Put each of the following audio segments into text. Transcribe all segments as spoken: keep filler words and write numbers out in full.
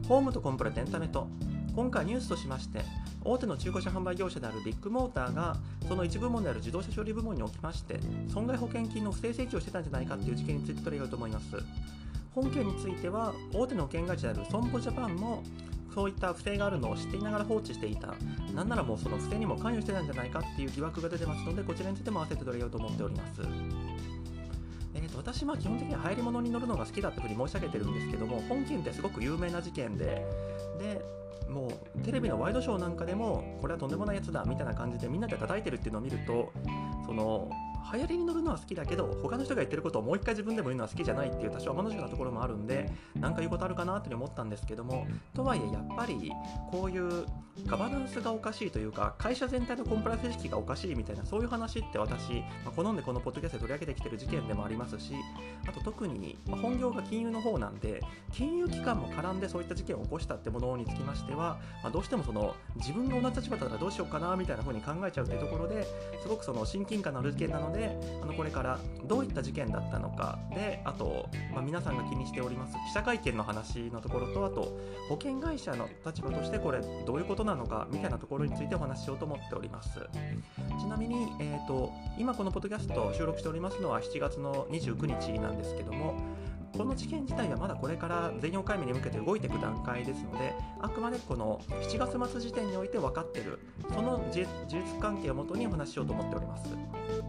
ホームとコンプラとエンタメと。今回ニュースとしまして、大手の中古車販売業者であるビッグモーターがその一部門である自動車処理部門におきまして損害保険金の不正請求をしてたんじゃないかという事件について取り上げようと思います。本件については大手の保険会社である損保ジャパンもそういった不正があるのを知っていながら放置していた、なんならもうその不正にも関与してたんじゃないかっていう疑惑が出てますので、こちらについても合わせて取り上げようと思っております。えー、と私は基本的には流行り物に乗るのが好きだというふうに申し上げてるんですけども、本件ってすごく有名な事件ででもうテレビのワイドショーなんかでもこれはとんでもないやつだみたいな感じでみんなで叩いてるっていうのを見ると、その流行りに乗るのは好きだけど他の人が言ってることをもう一回自分でも言うのは好きじゃないっていう多少天の弱なところもあるんで、なんか言うことあるかなって思ったんですけども、とはいえやっぱりこういうガバナンスがおかしいというか会社全体のコンプライアンス意識がおかしいみたいなそういう話って私、まあ、好んでこのポッドキャストで取り上げてきてる事件でもありますし、あと特に、まあ、本業が金融の方なんで金融機関も絡んでそういった事件を起こしたってものにつきましては、まあ、どうしてもその自分が同じ立場だったらどうしようかなみたいな風に考えちゃうっていうところですごくその親近感のある事件なので、あのこれからどういった事件だったのかで、あと、まあ、皆さんが気にしております記者会見の話のところと、あと保険会社の立場としてこれどういうことなのかみたいなところについてお話ししようと思っております。ちなみに、えーと、今このポッドキャストを収録しておりますのはしちがつのにじゅうくにちなんですけども、この事件自体はまだこれから全容解明に向けて動いていく段階ですので、あくまでこのしちがつ末時点において分かっているその事実関係をもとにお話ししようと思っております。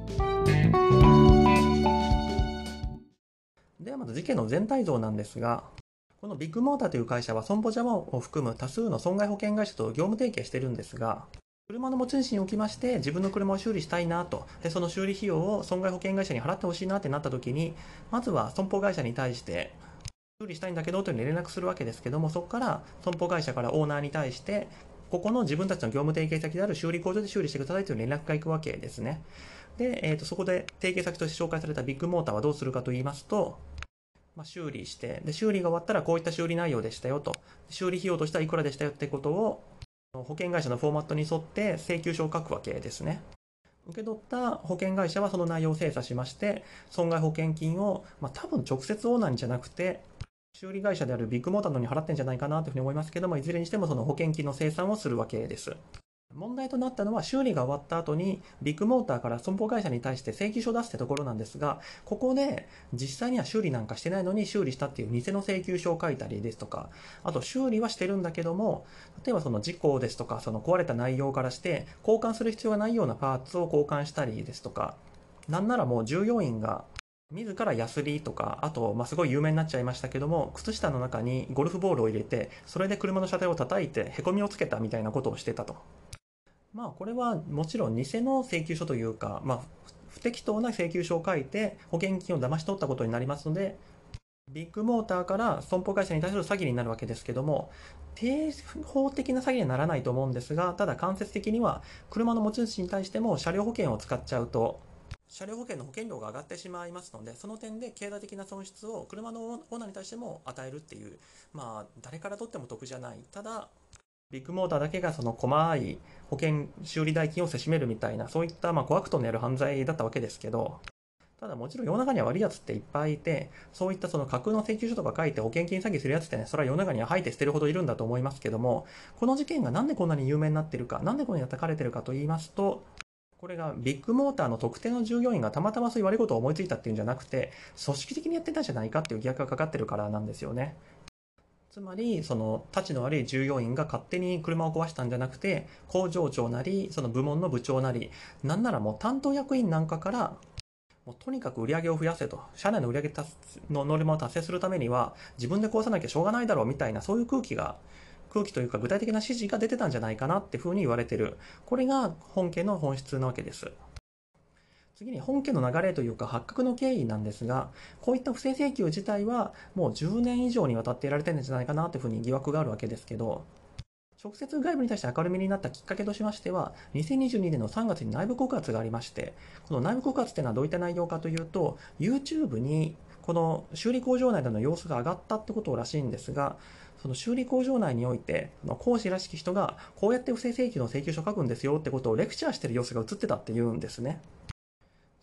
ではまず事件の全体像なんですが、このビッグモーターという会社は損保ジャパンを含む多数の損害保険会社と業務提携しているんですが、車の持ち主におきまして自分の車を修理したいなと、でその修理費用を損害保険会社に払ってほしいなってなった時に、まずは損保会社に対して修理したいんだけどというふうに連絡するわけですけども、そこから損保会社からオーナーに対してここの自分たちの業務提携先である修理工場で修理してくださいという連絡が行くわけですね。で、えーと、そこで提携先として紹介されたビッグモーターはどうするかと言いますと、まあ、修理してで修理が終わったらこういった修理内容でしたよと、修理費用としてはいくらでしたよってことを保険会社のフォーマットに沿って請求書を書くわけですね。受け取った保険会社はその内容を精査しまして損害保険金を、まあ、多分直接オーナーにじゃなくて修理会社であるビッグモーターのに払ってんじゃないかなというふうに思いますけども、いずれにしてもその保険金の精算をするわけです。問題となったのは修理が終わった後にビッグモーターから損保会社に対して請求書を出すってところなんですが、ここで実際には修理なんかしてないのに修理したっていう偽の請求書を書いたりですとか、あと修理はしてるんだけども、例えばその事故ですとかその壊れた内容からして交換する必要がないようなパーツを交換したりですとか、なんならもう従業員が自らヤスリとか、あと、まあ、すごい有名になっちゃいましたけども、靴下の中にゴルフボールを入れてそれで車の車体を叩いてへこみをつけたみたいなことをしてたと。まあこれはもちろん偽の請求書というか、まあ、不適当な請求書を書いて保険金を騙し取ったことになりますので、ビッグモーターから損保会社に対する詐欺になるわけですけども、定法的な詐欺にはならないと思うんですが、ただ間接的には車の持ち主に対しても車両保険を使っちゃうと車両保険の保険料が上がってしまいますので、その点で経済的な損失を車のオーナーに対しても与えるっていう、まあ誰からとっても得じゃない。ただビッグモーターだけがその細い保険修理代金をせしめるみたいな、そういったまあ小悪党のやる犯罪だったわけですけど、ただもちろん世の中には悪いやつっていっぱいいて、そういったその架空の請求書とか書いて保険金詐欺するやつってね、それは世の中には吐いて捨てるほどいるんだと思いますけども、この事件がなんでこんなに有名になっているか、なんでこんなに叩かれているかと言いますと、これがビッグモーターの特定の従業員がたまたまそういう悪いことを思いついたっていうんじゃなくて、組織的にやってたんじゃないかっていう疑惑がかかってるからなんですよね。つまりそのたちの悪い従業員が勝手に車を壊したんじゃなくて、工場長なりその部門の部長なり、なんならもう担当役員なんかからもうとにかく売り上げを増やせと、社内の売り上げのノルマを達成するためには自分で壊さなきゃしょうがないだろうみたいな、そういう空気が空気というか具体的な指示が出てたんじゃないかなっていうふうに言われてる。これが本件の本質なわけです。次に本件の流れというか発覚の経緯なんですが、こういった不正請求自体はもうじゅうねん以上にわたってやられてるんじゃないかなというふうに疑惑があるわけですけど、直接外部に対して明るみになったきっかけとしましては、にせんにじゅうにねんのさんがつに内部告発がありまして、この内部告発というのはどういった内容かというと、YouTube にこの修理工場内での様子が上がったってことらしいんですが、その修理工場内において講師らしき人がこうやって不正請求の請求書を書くんですよってことをレクチャーしている様子が映ってたっていうんですね。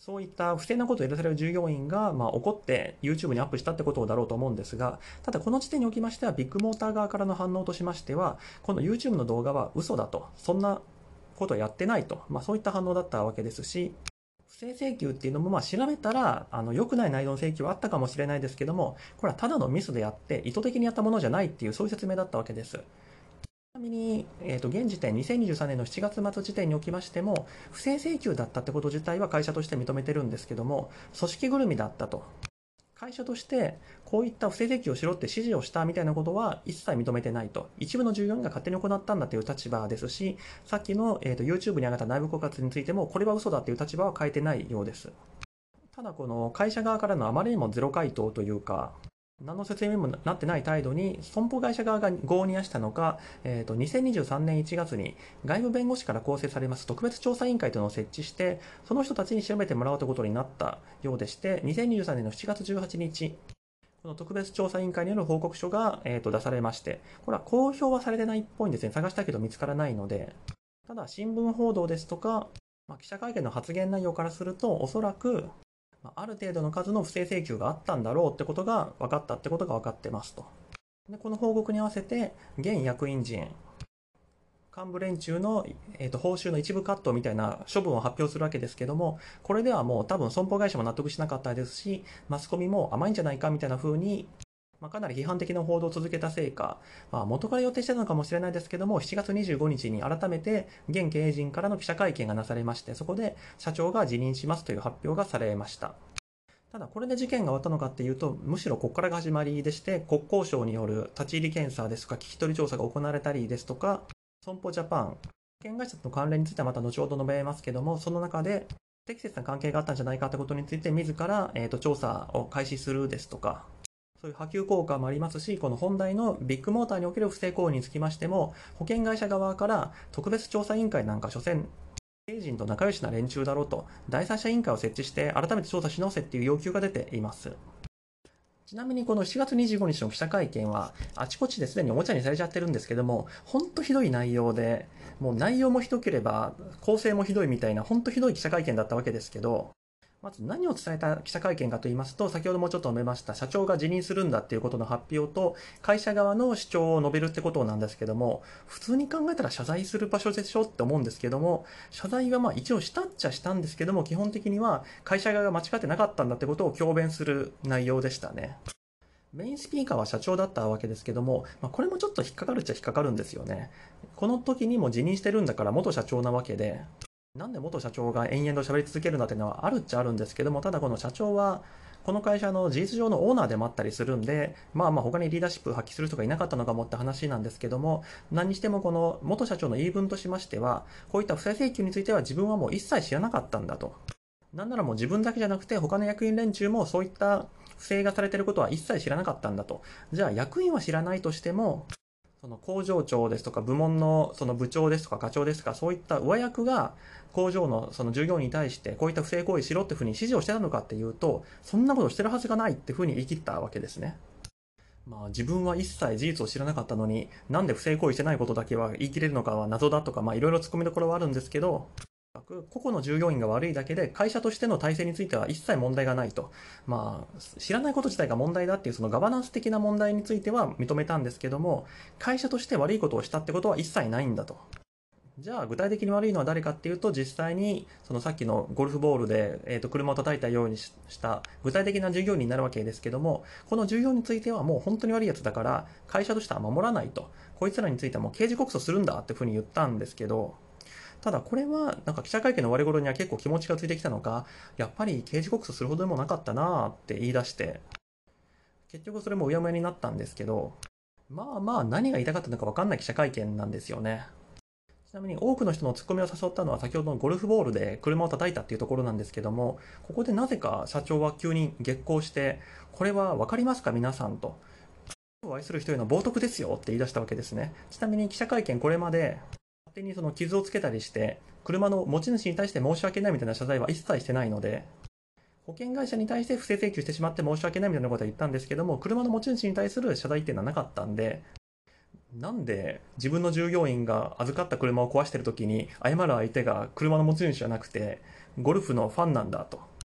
そういった不正なことをやらされる従業員が、まあ、怒って YouTube にアップしたってことだろうと思うんですが、ただこの時点におきましては、ビッグモーター側からの反応としましては、この YouTube の動画は嘘だと、そんなことをやってないと、まあ、そういった反応だったわけですし、不正請求っていうのも、まあ調べたら、あの、良くない内容の請求はあったかもしれないですけども、これはただのミスであって、意図的にやったものじゃないっていう、そういう説明だったわけです。ちなみに、えーと、現時点、にせんにじゅうさんねんのしちがつ末時点におきましても、不正請求だったってこと自体は会社として認めてるんですけども、組織ぐるみだったと。会社として、こういった不正請求をしろって指示をしたみたいなことは一切認めてないと。一部の従業員が勝手に行ったんだという立場ですし、さっきの、えーと YouTube に上がった内部告発についても、これは嘘だという立場は変えてないようです。ただこの会社側からのあまりにもゼロ回答というか、何の説明にもなってない態度に損保会社側が業に出したのか、えーと、にせんにじゅうさんねんいちがつに外部弁護士から構成されます特別調査委員会というのを設置して、その人たちに調べてもらおうということになったようでして、にせんにじゅうさんねんのしちがつじゅうはちにち、この特別調査委員会による報告書が、えーと出されまして、これは公表はされてないっぽいんですね。探したけど見つからないので、ただ新聞報道ですとか、まあ、記者会見の発言内容からすると、おそらくある程度の数の不正請求があったんだろうってことが分かったってことが分かってますと。で、この報告に合わせて、現役員陣、幹部連中の、えーと、報酬の一部カットみたいな処分を発表するわけですけども、これではもう多分損保会社も納得しなかったですし、マスコミも甘いんじゃないかみたいな風に、まあ、かなり批判的な報道を続けたせいか、まあ、元から予定してたのかもしれないですけども、しちがつにじゅうごにちに改めて現経営陣からの記者会見がなされまして、そこで社長が辞任しますという発表がされました。ただこれで事件が終わったのかっていうと、むしろここからが始まりでして、国交省による立ち入り検査ですとか聞き取り調査が行われたりですとか、損保ジャパン、保険会社との関連についてはまた後ほど述べますけども、その中で不適切な関係があったんじゃないかってことについて自ら、えーと調査を開始するですとか、そういう波及効果もありますし、この本題のビッグモーターにおける不正行為につきましても、保険会社側から特別調査委員会なんか所詮経営陣と仲良しな連中だろうと、第三者委員会を設置して改めて調査し直せっていう要求が出ています。ちなみにこのしちがつにじゅうごにちの記者会見は、あちこちですでにおもちゃにされちゃってるんですけども、ほんとひどい内容で、もう内容もひどければ、構成もひどいみたいな、ほんとひどい記者会見だったわけですけど、まず何を伝えた記者会見かと言いますと、先ほどもちょっと述べました、社長が辞任するんだっていうことの発表と、会社側の主張を述べるってことなんですけども、普通に考えたら謝罪する場所でしょって思うんですけども、謝罪はまあ一応したっちゃしたんですけども、基本的には会社側が間違ってなかったんだってことを強弁する内容でしたね。メインスピーカーは社長だったわけですけども、まあ、これもちょっと引っかかるっちゃ引っかかるんですよね。この時にも辞任してるんだから元社長なわけで、なんで元社長が延々と喋り続けるんだっていうのはあるっちゃあるんですけども、ただこの社長は、この会社の事実上のオーナーでもあったりするんで、まあまあ他にリーダーシップを発揮する人がいなかったのかもって話なんですけども、何にしてもこの元社長の言い分としましては、こういった不正請求については自分はもう一切知らなかったんだと。なんならもう自分だけじゃなくて他の役員連中もそういった不正がされていることは一切知らなかったんだと。じゃあ役員は知らないとしても、その工場長ですとか部門のその部長ですとか課長ですとかそういった上役が工場のその従業員に対してこういった不正行為しろってふうに指示をしてたのかっていうと、そんなことしてるはずがないってふうに言い切ったわけですね。まあ自分は一切事実を知らなかったのになんで不正行為してないことだけは言い切れるのかは謎だとか、まあいろいろ突っ込みどころはあるんですけど、個々の従業員が悪いだけで会社としての体制については一切問題がないと。まあ知らないこと自体が問題だっていうそのガバナンス的な問題については認めたんですけども、会社として悪いことをしたってことは一切ないんだと。じゃあ具体的に悪いのは誰かっていうと、実際にそのさっきのゴルフボールで、えー、と車を叩いたようにした具体的な従業員になるわけですけども、この従業員についてはもう本当に悪いやつだから会社としては守らないと。こいつらについてはもう刑事告訴するんだってふうに言ったんですけど、ただこれはなんか記者会見の終わり頃には結構気持ちがついてきたのか、やっぱり刑事告訴するほどでもなかったなーって言い出して、結局それもうやむやになったんですけど、まあまあ何が言いたかったのか分かんない記者会見なんですよね。ちなみに多くの人のツッコミを誘ったのは先ほどのゴルフボールで車を叩いたっていうところなんですけども、ここでなぜか社長は急に激高して、これは分かりますか皆さんと。愛する人への冒涜ですよって言い出したわけですね。ちなみに記者会見これまで勝手にその傷をつけたりして車の持ち主に対して申し訳ないみたいな謝罪は一切してないので、保険会社に対して不正請求してしまって申し訳ないみたいなことは言ったんですけども、車の持ち主に対する謝罪っていうのはなかったんで、なんで自分の従業員が預かった車を壊してる時に謝る相手が車の持ち主じゃなくてゴルフのファンなんだと。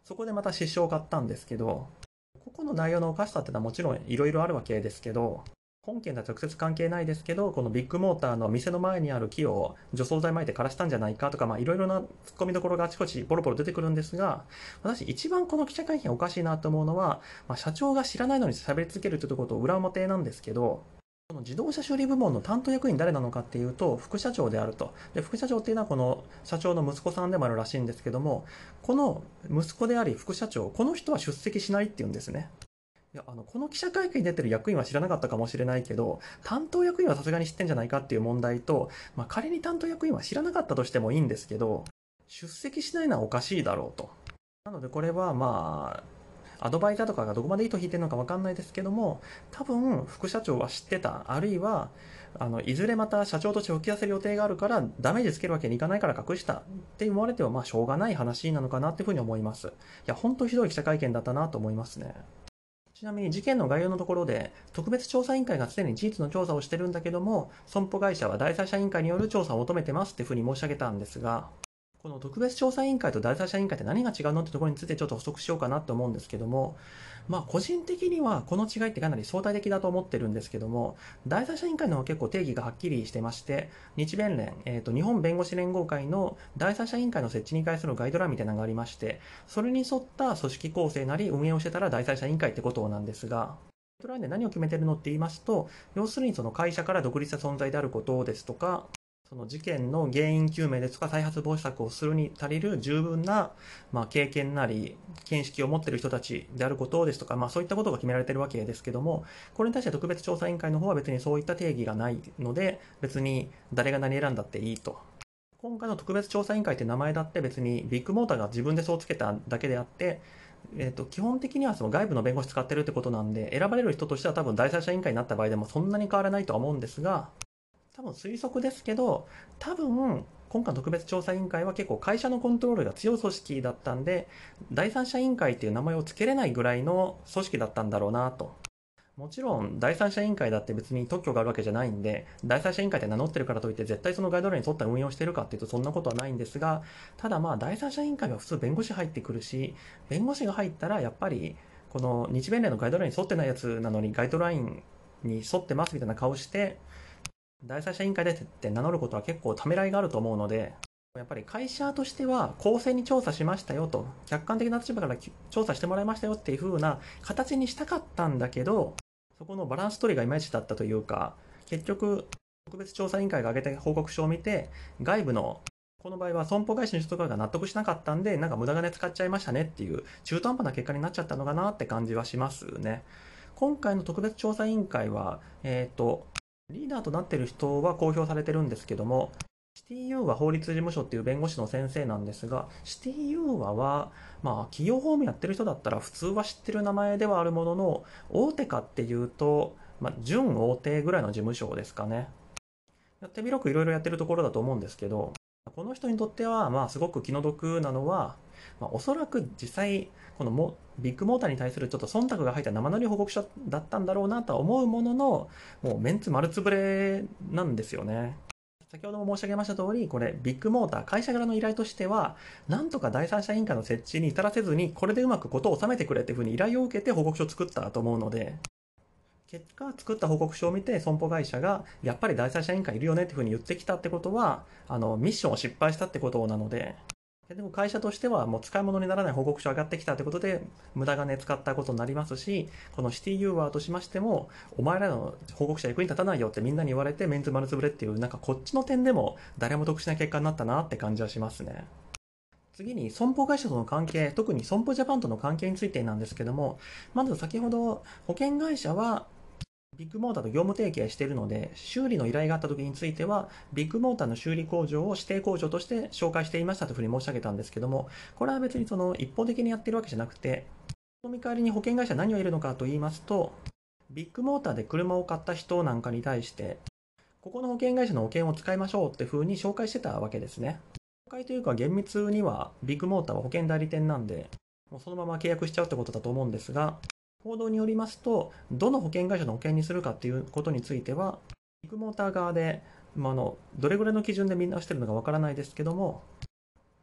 そこでまた失笑を買ったんですけど、個々の内容のおかしさってのはもちろんいろいろあるわけですけど、本件とは直接関係ないですけど、このビッグモーターの店の前にある木を除草剤撒いて枯らしたんじゃないかとか、まあいろいろな突っ込みどころがあちこちボロボロ出てくるんですが、私一番この記者会見おかしいなと思うのは、まあ、社長が知らないのに喋り続けるというところと裏表なんですけど、この自動車修理部門の担当役員誰なのかっていうと、副社長であると。で、副社長っていうのはこの社長の息子さんでもあるらしいんですけども、この息子であり副社長、この人は出席しないっていうんですね。いや、あの、この記者会見に出てる役員は知らなかったかもしれないけど、担当役員はさすがに知ってんじゃないかっていう問題と、まあ、仮に担当役員は知らなかったとしてもいいんですけど、出席しないのはおかしいだろうと。なのでこれはまあ、アドバイザーとかがどこまで糸引いてるのか分かんないですけども、多分副社長は知ってた、あるいはあのいずれまた社長として引き出せる予定があるからダメージつけるわけにいかないから隠したって思われてはまあしょうがない話なのかなっていうふうに思います。いや、本当ひどい記者会見だったなと思いますね。ちなみに事件の概要のところで、特別調査委員会がすでに事実の調査をしてるんだけども、損保会社は第三者委員会による調査を求めてますっていうふうに申し上げたんですが、この特別調査委員会と第三者委員会って何が違うのってところについてちょっと補足しようかなと思うんですけども、まあ個人的にはこの違いってかなり相対的だと思ってるんですけども、第三者委員会の方は結構定義がはっきりしてまして、日弁連、えーと、日本弁護士連合会の第三者委員会の設置に関するガイドラインみたいなのがありまして、それに沿った組織構成なり運営をしてたら第三者委員会ってことなんですが、ガイドラインで何を決めてるのって言いますと、要するにその会社から独立した存在であることですとか、その事件の原因究明ですとか再発防止策をするに足りる十分な、まあ、経験なり見識を持っている人たちであることですとか、まあ、そういったことが決められているわけですけども、これに対して特別調査委員会の方は別にそういった定義がないので、別に誰が何選んだっていいと。今回の特別調査委員会って名前だって別にビッグモーターが自分でそうつけただけであって、えー、と基本的にはその外部の弁護士使ってるってことなんで、選ばれる人としては多分第三者委員会になった場合でもそんなに変わらないとは思うんですが、多分推測ですけど、多分今回の特別調査委員会は結構会社のコントロールが強い組織だったんで、第三者委員会っていう名前を付けれないぐらいの組織だったんだろうなと。もちろん第三者委員会だって別に特許があるわけじゃないんで、第三者委員会って名乗ってるからといって絶対そのガイドラインに沿った運用をしてるかっていうとそんなことはないんですが、ただまあ第三者委員会は普通弁護士入ってくるし、弁護士が入ったらやっぱりこの日弁連のガイドラインに沿ってないやつなのにガイドラインに沿ってますみたいな顔して第三者委員会でって名乗ることは結構ためらいがあると思うので、やっぱり会社としては公正に調査しましたよと、客観的な立場から調査してもらいましたよっていう風な形にしたかったんだけど、そこのバランス取りがいまいちだったというか、結局特別調査委員会が挙げた報告書を見て、外部のこの場合は損保会社の人とかが納得しなかったんで、なんか無駄金使っちゃいましたねっていう中途半端な結果になっちゃったのかなって感じはしますね。今回の特別調査委員会は、えっと、リーダーとなっている人は公表されてるんですけども、シティユーワ法律事務所っていう弁護士の先生なんですが、シティユーワは、まあ、企業法務やってる人だったら普通は知ってる名前ではあるものの、大手かっていうと、まあ、準大手ぐらいの事務所ですかね。手広くいろいろやってるところだと思うんですけど、この人にとっては、まあ、すごく気の毒なのは、まあ、おそらく実際、このもビッグモーターに対するちょっと忖度が入った生乗り報告書だったんだろうなとは思うものの、もうメンツ丸つぶれなんですよね。先ほども申し上げました通り、これ、ビッグモーター、会社側の依頼としては、なんとか第三者委員会の設置に至らせずに、これでうまくことを収めてくれっていうふうに依頼を受けて報告書を作ったと思うので、結果、作った報告書を見て、損保会社が、やっぱり第三者委員会いるよねっていうふうに言ってきたってことは、あの、ミッションを失敗したってことなので、でも会社としてはもう使い物にならない報告書上がってきたってことで無駄金使ったことになりますし、このシティユーワーとしましてもお前らの報告書役に立たないよってみんなに言われてメンツ丸つぶれっていう、なんかこっちの点でも誰も得しない結果になったなって感じはしますね。次に損保会社との関係、特に損保ジャパンとの関係についてなんですけども、まず先ほど保険会社はビッグモーターと業務提携しているので、修理の依頼があった時については、ビッグモーターの修理工場を指定工場として紹介していましたというふうに申し上げたんですけども、これは別にその一方的にやってるわけじゃなくて、その見返りに保険会社は何を得るのかと言いますと、ビッグモーターで車を買った人なんかに対して、ここの保険会社の保険を使いましょうっていうふうに紹介してたわけですね。紹介というか厳密にはビッグモーターは保険代理店なんで、もうそのまま契約しちゃうってことだと思うんですが、報道によりますと、どの保険会社の保険にするかっていうことについては、ビッグモーター側で、まあ、のどれぐらいの基準でみんなしてるのかわからないですけども、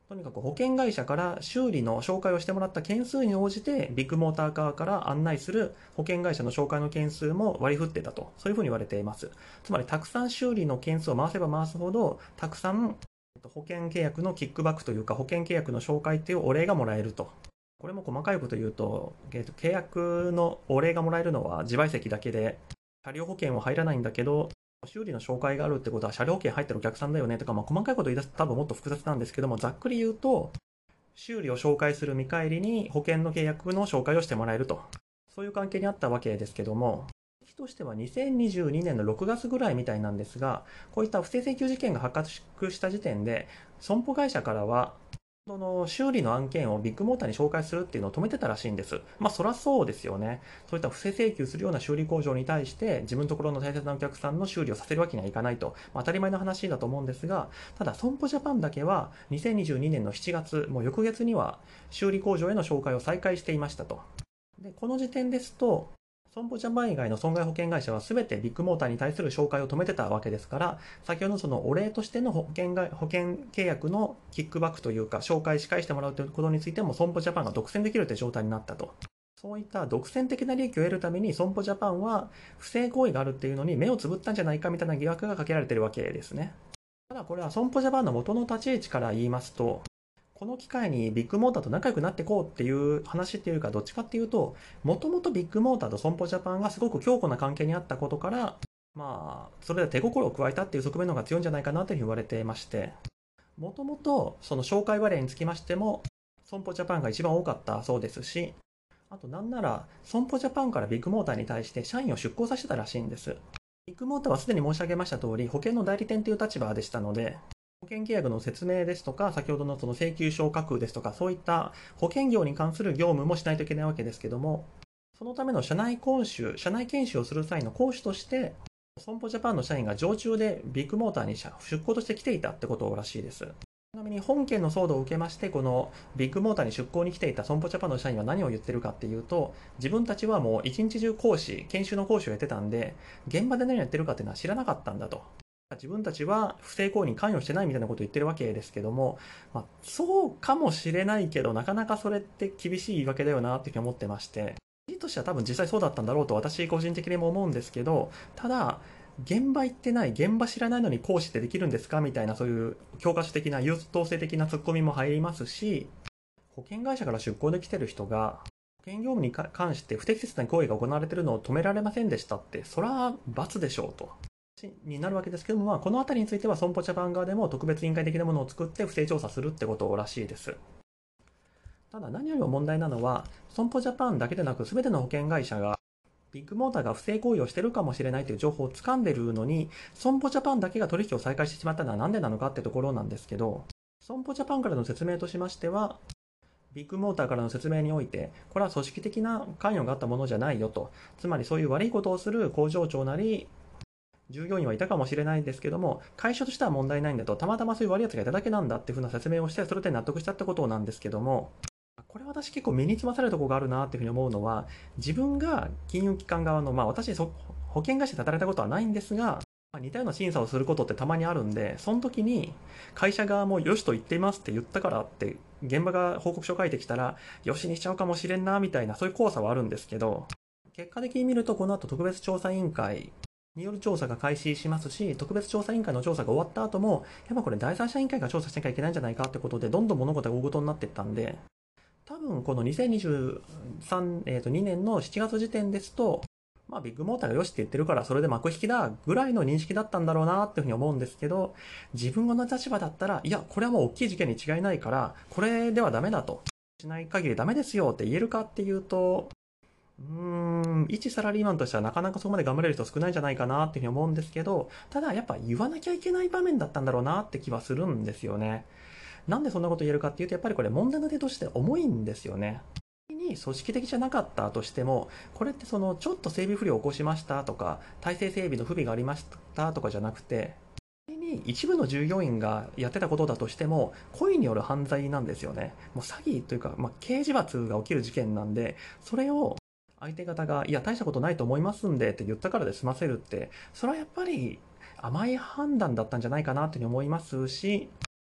とにかく保険会社から修理の紹介をしてもらった件数に応じて、ビッグモーター側から案内する保険会社の紹介の件数も割り振ってたと、そういうふうに言われています。つまり、たくさん修理の件数を回せば回すほど、たくさん保険契約のキックバックというか、保険契約の紹介というお礼がもらえると。これも細かいこと言うと、契約のお礼がもらえるのは自賠責だけで、車両保険は入らないんだけど、修理の紹介があるってことは車両保険入ってるお客さんだよねとか、まあ、細かいこと言い出すと多分もっと複雑なんですけども、ざっくり言うと、修理を紹介する見返りに保険の契約の紹介をしてもらえると。そういう関係にあったわけですけども、時期としてはにせんにじゅうにねんのろくがつぐらいみたいなんですが、こういった不正請求事件が発覚した時点で、損保会社からは、その修理の案件をビッグモーターに紹介するっていうのを止めてたらしいんです。まあそりゃそうですよね。そういった不正請求するような修理工場に対して自分のところの大切なお客さんの修理をさせるわけにはいかないと、まあ、当たり前の話だと思うんですが、ただ損保ジャパンだけはにせんにじゅうにねんのしちがつ、もう翌月には修理工場への紹介を再開していましたと。で、この時点ですと、損保ジャパン以外の損害保険会社は全てビッグモーターに対する紹介を止めてたわけですから、先ほどのそのお礼としての保険が保険契約のキックバックというか、紹介し返してもらうということについても損保ジャパンが独占できるという状態になったと。そういった独占的な利益を得るために損保ジャパンは不正行為があるっていうのに目をつぶったんじゃないかみたいな疑惑がかけられているわけですね。ただこれは損保ジャパンの元の立ち位置から言いますと、この機会にビッグモーターと仲良くなっていこうっていう話っていうか、どっちかっていうと、もともとビッグモーターと損保ジャパンがすごく強固な関係にあったことから、まあ、それで手心を加えたっていう側面の方が強いんじゃないかなというふうに言われていまして、もともとその紹介割合につきましても、損保ジャパンが一番多かったそうですし、あとなんなら、損保ジャパンからビッグモーターに対して社員を出向させてたらしいんです。ビッグモーターはすでに申し上げました通り、保険の代理店という立場でしたので、保険契約の説明ですとか、先ほどのその請求書書くですとか、そういった保険業に関する業務もしないといけないわけですけども、そのための社内講習、社内研修をする際の講師として、損保ジャパンの社員が常駐でビッグモーターに出向として来ていたってことらしいです。ちなみに本件の騒動を受けまして、このビッグモーターに出向に来ていた損保ジャパンの社員は何を言ってるかっていうと、自分たちはもう一日中講師、研修の講師をやってたんで、現場で何をやってるかっていうのは知らなかったんだと。自分たちは不正行為に関与してないみたいなことを言ってるわけですけども、まあ、そうかもしれないけど、なかなかそれって厳しい言い訳だよなっていうふうに思ってまして、理としては多分実際そうだったんだろうと私個人的にも思うんですけど、ただ、現場行ってない、現場知らないのに講師ってできるんですかみたいな、そういう教科書的な優等生的なツッコミも入りますし、保険会社から出向で来てる人が、保険業務に関して不適切な行為が行われているのを止められませんでしたって、それは罰でしょうと。になるわけですけども、まあ、このあたりについては損保ジャパン側でも特別委員会的なものを作って不正調査するってことらしいです。ただ何よりも問題なのは、損保ジャパンだけでなく全ての保険会社がビッグモーターが不正行為をしているかもしれないという情報を掴んでいるのに、損保ジャパンだけが取引を再開してしまったのは何でなのかってところなんですけど、損保ジャパンからの説明としましては、ビッグモーターからの説明において、これは組織的な関与があったものじゃないよと、つまりそういう悪いことをする工場長なり、従業員はいたかもしれないですけども、会社としては問題ないんだと、たまたまそういう悪い奴がいただけなんだっていうふうな説明をして、それで納得したってことなんですけども、これ私結構身につまされるところがあるなっていうふうに思うのは、自分が金融機関側の、まあ私、保険会社で働いたことはないんですが、まあ、似たような審査をすることってたまにあるんで、その時に会社側もよしと言っていますって言ったからって、現場が報告書を書いてきたら、よしにしちゃうかもしれんなみたいな、そういう怖さはあるんですけど、結果的に見ると、この後特別調査委員会、による調査が開始しますし、特別調査委員会の調査が終わった後も、やっぱこれ第三者委員会が調査しなきゃいけないんじゃないかってことで、どんどん物事が大ごとになっていったんで、多分このにせんにじゅうさん、えーと、にねんのしちがつ時点ですと、まあビッグモーターがよしって言ってるからそれで幕引きだぐらいの認識だったんだろうなっていうふうに思うんですけど、自分の立場だったら、いや、これはもう大きい事件に違いないから、これではダメだと。しない限りダメですよって言えるかっていうと、うーん、一サラリーマンとしてはなかなかそこまで頑張れる人少ないんじゃないかなっていうふうに思うんですけど、ただやっぱ言わなきゃいけない場面だったんだろうなって気はするんですよね。なんでそんなこと言えるかっていうと、やっぱりこれ問題の手として重いんですよね。に組織的じゃなかったとしても、これってそのちょっと整備不良を起こしましたとか、体制整備の不備がありましたとかじゃなくて、に一部の従業員がやってたことだとしても、故意による犯罪なんですよね。もう詐欺というか、まあ、刑事罰が起きる事件なんで、それを相手方が、いや、大したことないと思いますんでって言ったからで済ませるって、それはやっぱり甘い判断だったんじゃないかなっていうふうに思いますし、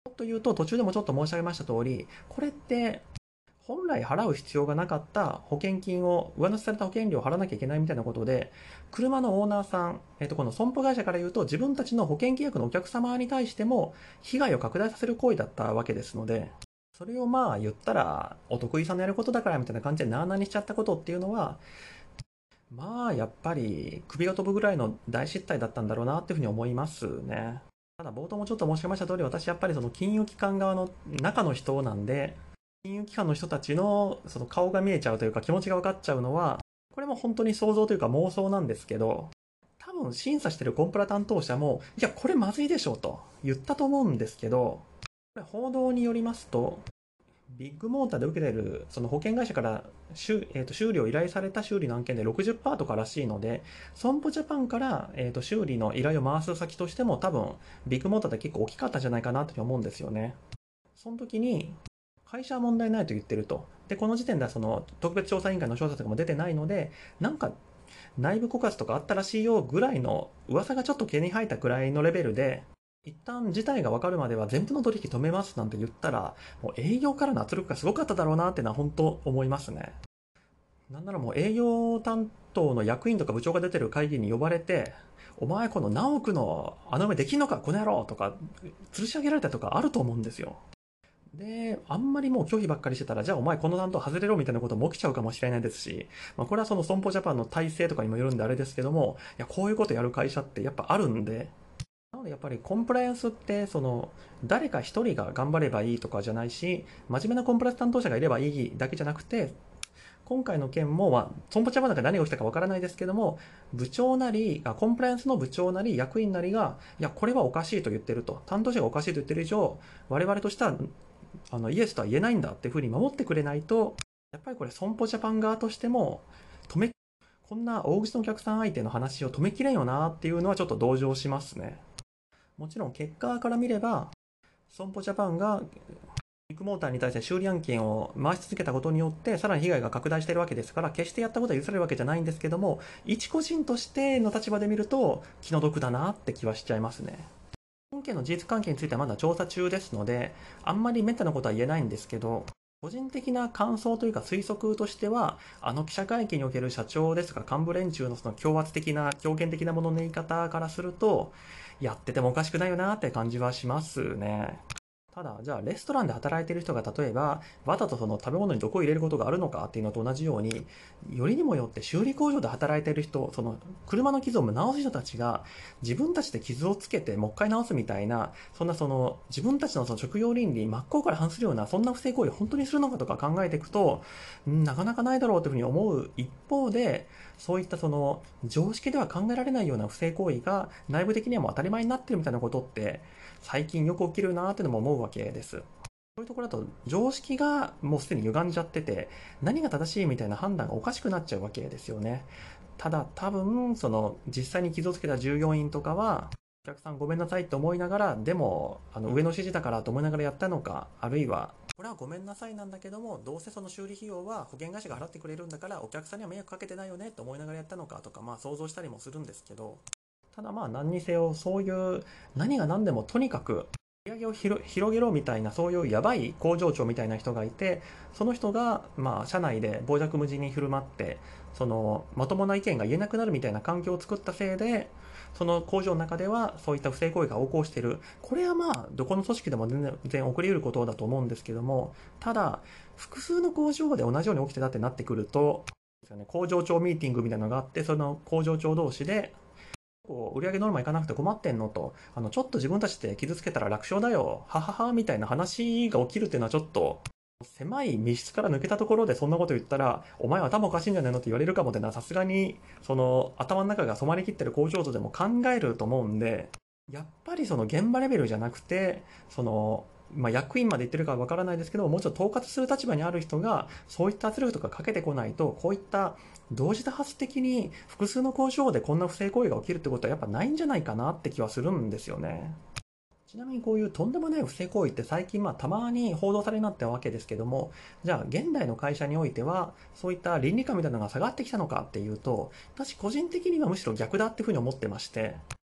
もっと言うと、途中でもちょっと申し上げました通り、これって、本来払う必要がなかった保険金を、上乗せされた保険料を払わなきゃいけないみたいなことで、車のオーナーさん、えっと、この損保会社から言うと、自分たちの保険契約のお客様に対しても、被害を拡大させる行為だったわけですので、それをまあ言ったら、お得意さんのやることだからみたいな感じでなあなあにしちゃったことっていうのは、まあやっぱり首が飛ぶぐらいの大失態だったんだろうなっていうふうに思いますね。ただ冒頭もちょっと申し上げました通り、私やっぱりその金融機関側の中の人なんで、金融機関の人たちのその顔が見えちゃうというか気持ちが分かっちゃうのは、これも本当に想像というか妄想なんですけど、多分審査してるコンプラ担当者も、いや、これまずいでしょうと言ったと思うんですけど、これ報道によりますと、ビッグモーターで受けてるその保険会社から修,、えー、と修理を依頼された修理の案件で ろくじゅっパーセント とからしいので、損保ジャパンから、えー、と修理の依頼を回す先としても多分ビッグモーターって結構大きかったんじゃないかなと思うんですよね。その時に会社は問題ないと言ってると。で、この時点ではその特別調査委員会の調査とかも出てないので、なんか内部告発とかあったらしいよぐらいの噂がちょっと毛に生えたくらいのレベルで、一旦事態が分かるまでは全部の取引止めますなんて言ったら、もう営業からの圧力がすごかっただろうなっていうのは本当思いますね。なんならもう営業担当の役員とか部長が出てる会議に呼ばれて、お前この何億の穴埋めできんのかこの野郎とか吊るし上げられたとかあると思うんですよ。で、あんまりもう拒否ばっかりしてたら、じゃあお前この担当外れろみたいなことも起きちゃうかもしれないですし、まあ、これはその損保ジャパンの体制とかにもよるんであれですけども、いや、こういうことやる会社ってやっぱあるんで、なのでやっぱりコンプライアンスってその誰か一人が頑張ればいいとかじゃないし、真面目なコンプライアンス担当者がいればいいだけじゃなくて、今回の件も、まあ、損保ジャパンなんか何が起きたかわからないですけども、部長なり、コンプライアンスの部長なり、役員なりが、いや、これはおかしいと言ってると、担当者がおかしいと言ってる以上、我々としては、あの、イエスとは言えないんだっていうふうに守ってくれないと、やっぱりこれ、損保ジャパン側としても、止め、こんな大口のお客さん相手の話を止めきれんよなっていうのはちょっと同情しますね。もちろん結果から見れば、損保ジャパンがビッグモーターに対して修理案件を回し続けたことによって、さらに被害が拡大しているわけですから、決してやったことは許されるわけじゃないんですけども、一個人としての立場で見ると、気の毒だなって気はしちゃいますね。本件の事実関係についてはまだ調査中ですので、あんまりメタなことは言えないんですけど、個人的な感想というか推測としては、あの記者会見における社長ですとか幹部連中のその強圧的な、強権的なものの言い方からすると、やっててもおかしくないよなって感じはしますね。ただ、じゃあレストランで働いている人が例えば、わざとその食べ物に毒を入れることがあるのかっていうのと同じように、よりにもよって修理工場で働いている人、その車の傷を直す人たちが自分たちで傷をつけてもう一回直すみたいな、そんなその自分たちのその職業倫理真っ向から反するような、そんな不正行為を本当にするのかとか考えていくと、なかなかないだろうというふうに思う一方で、そういったその常識では考えられないような不正行為が内部的にはもう当たり前になってるみたいなことって、最近よく起きるなーってのも思うわけです。そういうところだと常識がもうすでに歪んじゃってて、何が正しいみたいな判断がおかしくなっちゃうわけですよね。ただ多分、その実際に傷をつけた従業員とかは、お客さんごめんなさいって思いながら、でもあの上の指示だからと思いながらやったのか、あるいは、これはごめんなさいなんだけども、どうせその修理費用は保険会社が払ってくれるんだから、お客さんには迷惑かけてないよねと思いながらやったのかとか、まあ想像したりもするんですけど、ただまあ何にせよそういう何が何でもとにかく売り上げを広げろみたいなそういうやばい工場長みたいな人がいて、その人がまあ社内で傍若無人に振る舞ってそのまともな意見が言えなくなるみたいな環境を作ったせいで、その工場の中ではそういった不正行為が横行している。これはまあどこの組織でも全然起こり得ることだと思うんですけども、ただ複数の工場で同じように起きてたってなってくると、工場長ミーティングみたいなのがあって、その工場長同士でこう売上ノルマいかなくて困ってんのと、あのちょっと自分たちで傷つけたら楽勝だよ、はははみたいな話が起きるっていうのはちょっと狭い密室から抜けたところでそんなこと言ったら、お前は頭おかしいんじゃないのって言われるかもってのは、さすがにその頭の中が染まりきってる工場長でも考えると思うんで、やっぱりその現場レベルじゃなくて、そのまあ、役員まで言ってるかわからないですけど、もうちょっと統括する立場にある人がそういった圧力とかかけてこないと、こういった同時多発的に複数の工場でこんな不正行為が起きるってことはやっぱないんじゃないかなって気はするんですよね。ちなみにこういうとんでもない不正行為って最近まあたまに報道されになったわけですけども、じゃあ現代の会社においてはそういった倫理観みたいなのが下がってきたのかっていうと、私個人的にはむしろ逆だっていうふうに思ってまして、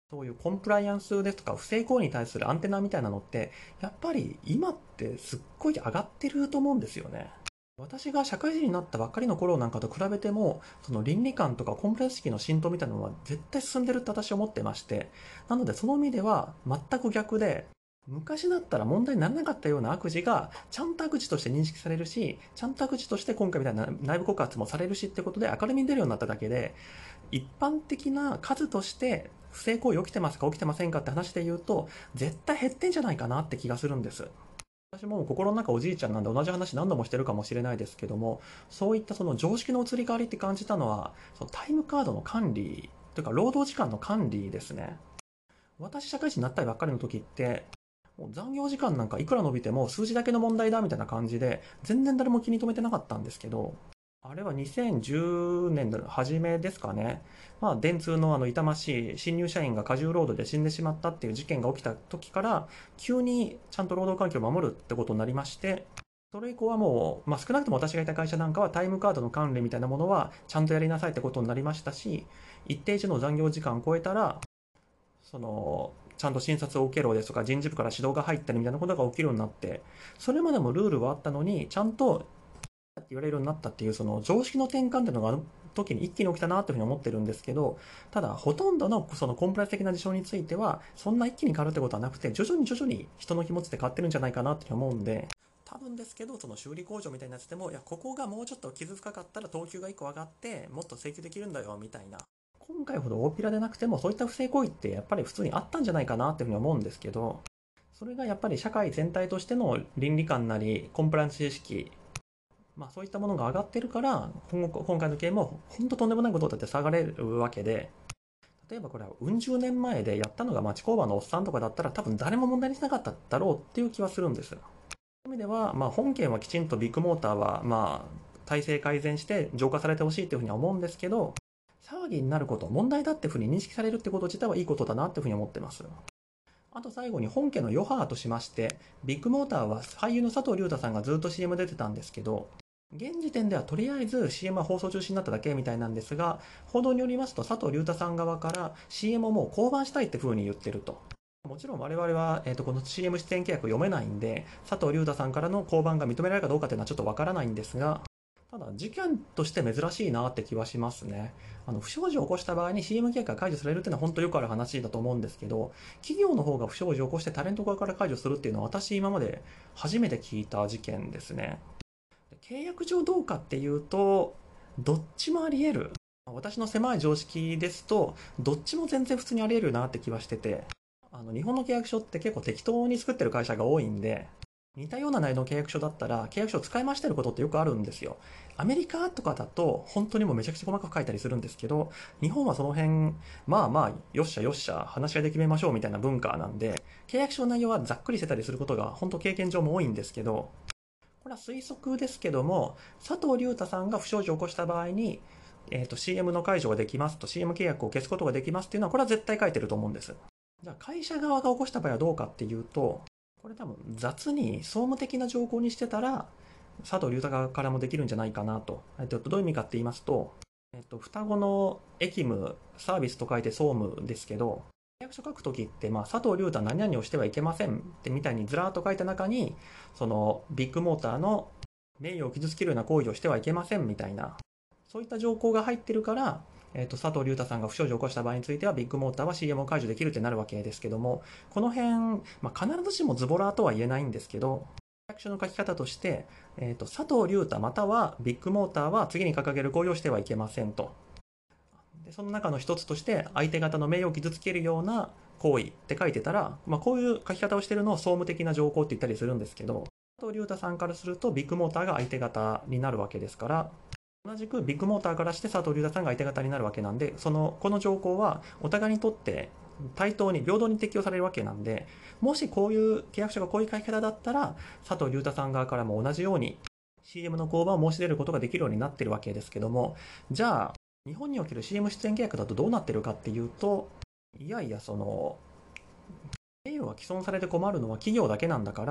そういうコンプライアンスですとか不正行為に対するアンテナみたいなのって、やっぱり今ってすっごい上がってると思うんですよね。私が社会人になったばっかりの頃なんかと比べても、その倫理観とかコンプライアンス意識の浸透みたいなのは絶対進んでるって私は思ってまして、なのでその意味では全く逆で、昔だったら問題にならなかったような悪事がちゃんと悪事として認識されるし、ちゃんと悪事として今回みたいな内部告発もされるしってことで明るみに出るようになっただけで、一般的な数として不正行為起きてますか起きてませんかって話で言うと、絶対減ってんじゃないかなって気がするんです。私も心の中おじいちゃんなんで同じ話何度もしてるかもしれないですけども、そういったその常識の移り変わりって感じたのは、そのタイムカードの管理というか労働時間の管理ですね。私社会人になったばっかりの時って、もう残業時間なんかいくら伸びても数字だけの問題だみたいな感じで、全然誰も気に留めてなかったんですけど、あれはにせんじゅうねんの初めですかね。まあ、電通のあの痛ましい新入社員が過重労働で死んでしまったっていう事件が起きた時から、急にちゃんと労働環境を守るってことになりまして、それ以降はもう、まあ、少なくとも私がいた会社なんかはタイムカードの管理みたいなものはちゃんとやりなさいってことになりましたし、一定時の残業時間を超えたら、その、ちゃんと診察を受けろですとか人事部から指導が入ったりみたいなことが起きるようになって、それまでもルールはあったのに、ちゃんとって言われるようになったっていうその常識の転換っていうのがあの時に一気に起きたなというふうに思ってるんですけど、ただほとんどのそのコンプライアンス的な事象についてはそんな一気に変わるってことはなくて、徐々に徐々に人の気持ちで変わってるんじゃないかなって思うんで、多分ですけど、その修理工場みたいなやつでも、いやここがもうちょっと傷深かったら等級がいっこ上がってもっと請求できるんだよみたいな、今回ほど大っぴらでなくてもそういった不正行為ってやっぱり普通にあったんじゃないかなっていうふうに思うんですけど、それがやっぱり社会全体としての倫理観なりコンプライアンス意識、まあそういったものが上がってるから、今今回の件も本当とんでもないことだって騒がれるわけで、例えばこれはうん十年前でやったのが町工場のおっさんとかだったら多分誰も問題にしなかっただろうっていう気はするんです。そういう意味では、まあ本件はきちんとビッグモーターは、まあ体制改善して浄化されてほしいというふうには思うんですけど、騒ぎになること、問題だっていうふうに認識されるってこと自体はいいことだなっていうふうに思ってます。あと最後に本家の余波としまして、ビッグモーターは俳優の佐藤隆太さんがずっと シーエム 出てたんですけど、現時点ではとりあえず シーエム は放送中止になっただけみたいなんですが、報道によりますと佐藤隆太さん側から シーエム をもう降板したいって風に言ってると。もちろん我々は、えー、とこの シーエム 出演契約読めないんで、佐藤隆太さんからの降板が認められるかどうかっていうのはちょっとわからないんですが、ただ事件として珍しいなって気はしますね。あの不祥事を起こした場合に シーエム 契約が解除されるっていうのは本当よくある話だと思うんですけど、企業の方が不祥事を起こしてタレント側から解除するっていうのは私今まで初めて聞いた事件ですね。契約上どうかっていうと、どっちもあり得る。私の狭い常識ですと、どっちも全然普通にあり得るなって気はしてて、あの日本の契約書って結構適当に作ってる会社が多いんで、似たような内容の契約書だったら契約書を使い回してることってよくあるんですよ。アメリカとかだと本当にもうめちゃくちゃ細かく書いたりするんですけど、日本はその辺、まあまあ、よっしゃよっしゃ、話し合いで決めましょうみたいな文化なんで、契約書の内容はざっくりしてたりすることが本当経験上も多いんですけど、これは推測ですけども、佐藤隆太さんが不祥事を起こした場合に、えーと、シーエム の解除ができますと、シーエム 契約を消すことができますっていうのは、これは絶対書いてると思うんです。じゃあ会社側が起こした場合はどうかっていうと、これ多分雑に総務的な条項にしてたら、佐藤隆太側からもできるんじゃないかなと。えっと、どういう意味かって言いますと、えっと、双子の役務、サービスと書いて総務ですけど、契約書書くときって、まあ、佐藤隆太何々をしてはいけませんってみたいにずらーっと書いた中に、そのビッグモーターの名誉を傷つけるような行為をしてはいけませんみたいな、そういった条項が入ってるから、えー、と佐藤隆太さんが不祥事を起こした場合についてはビッグモーターは シーエム を解除できるってなるわけですけども、この辺、まあ、必ずしもズボラとは言えないんですけど、契約書の書き方として、えー、と佐藤隆太またはビッグモーターは次に掲げる行為をしてはいけませんと。でその中の一つとして相手方の名誉を傷つけるような行為って書いてたら、まあ、こういう書き方をしてるのを総務的な条項って言ったりするんですけど、佐藤隆太さんからするとビッグモーターが相手方になるわけですから、同じくビッグモーターからして佐藤隆太さんが相手方になるわけなんで、そのこの条項はお互いにとって対等に平等に適用されるわけなんで、もしこういう契約書がこういう書き方だったら佐藤隆太さん側からも同じように シーエム の降板を申し出ることができるようになってるわけですけども、じゃあ日本における シーエム 出演契約だとどうなってるかっていうと、いやいやその名誉が毀損されて困るのは企業だけなんだから、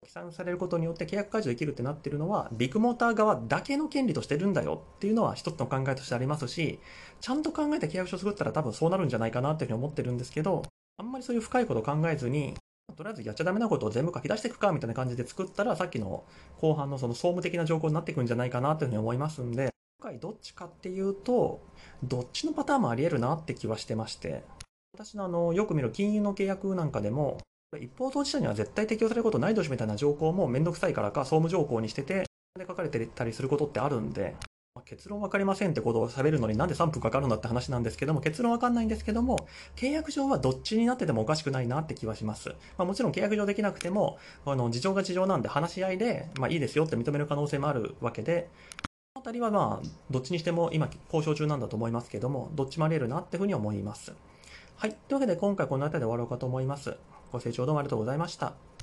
記載されることによって契約解除できるってなってるのは、ビッグモーター側だけの権利としてるんだよっていうのは一つの考えとしてありますし、ちゃんと考えて契約書を作ったら多分そうなるんじゃないかなっていうふうに思ってるんですけど、あんまりそういう深いことを考えずに、とりあえずやっちゃダメなことを全部書き出していくかみたいな感じで作ったら、さっきの後半のその総務的な条項になっていくんじゃないかなというふうに思いますんで、今回どっちかっていうと、どっちのパターンもあり得るなって気はしてまして、私のあのよく見る金融の契約なんかでも、一方当事者には絶対適用されることない年みたいな条項もめんどくさいからか総務条項にしてて、で書かれてたりすることってあるんで、まあ、結論分かりませんってことを喋るのになんでさんぷんかかるんだって話なんですけども、結論分かんないんですけども、契約上はどっちになっててもおかしくないなって気はします。まあ、もちろん契約上できなくても、あの事情が事情なんで話し合いで、まあ、いいですよって認める可能性もあるわけで、このあたりはまあ、どっちにしても今交渉中なんだと思いますけども、どっちもあり得るなっていうふうに思います。はい。というわけで今回この辺りで終わろうかと思います。ご清聴どうもありがとうございました。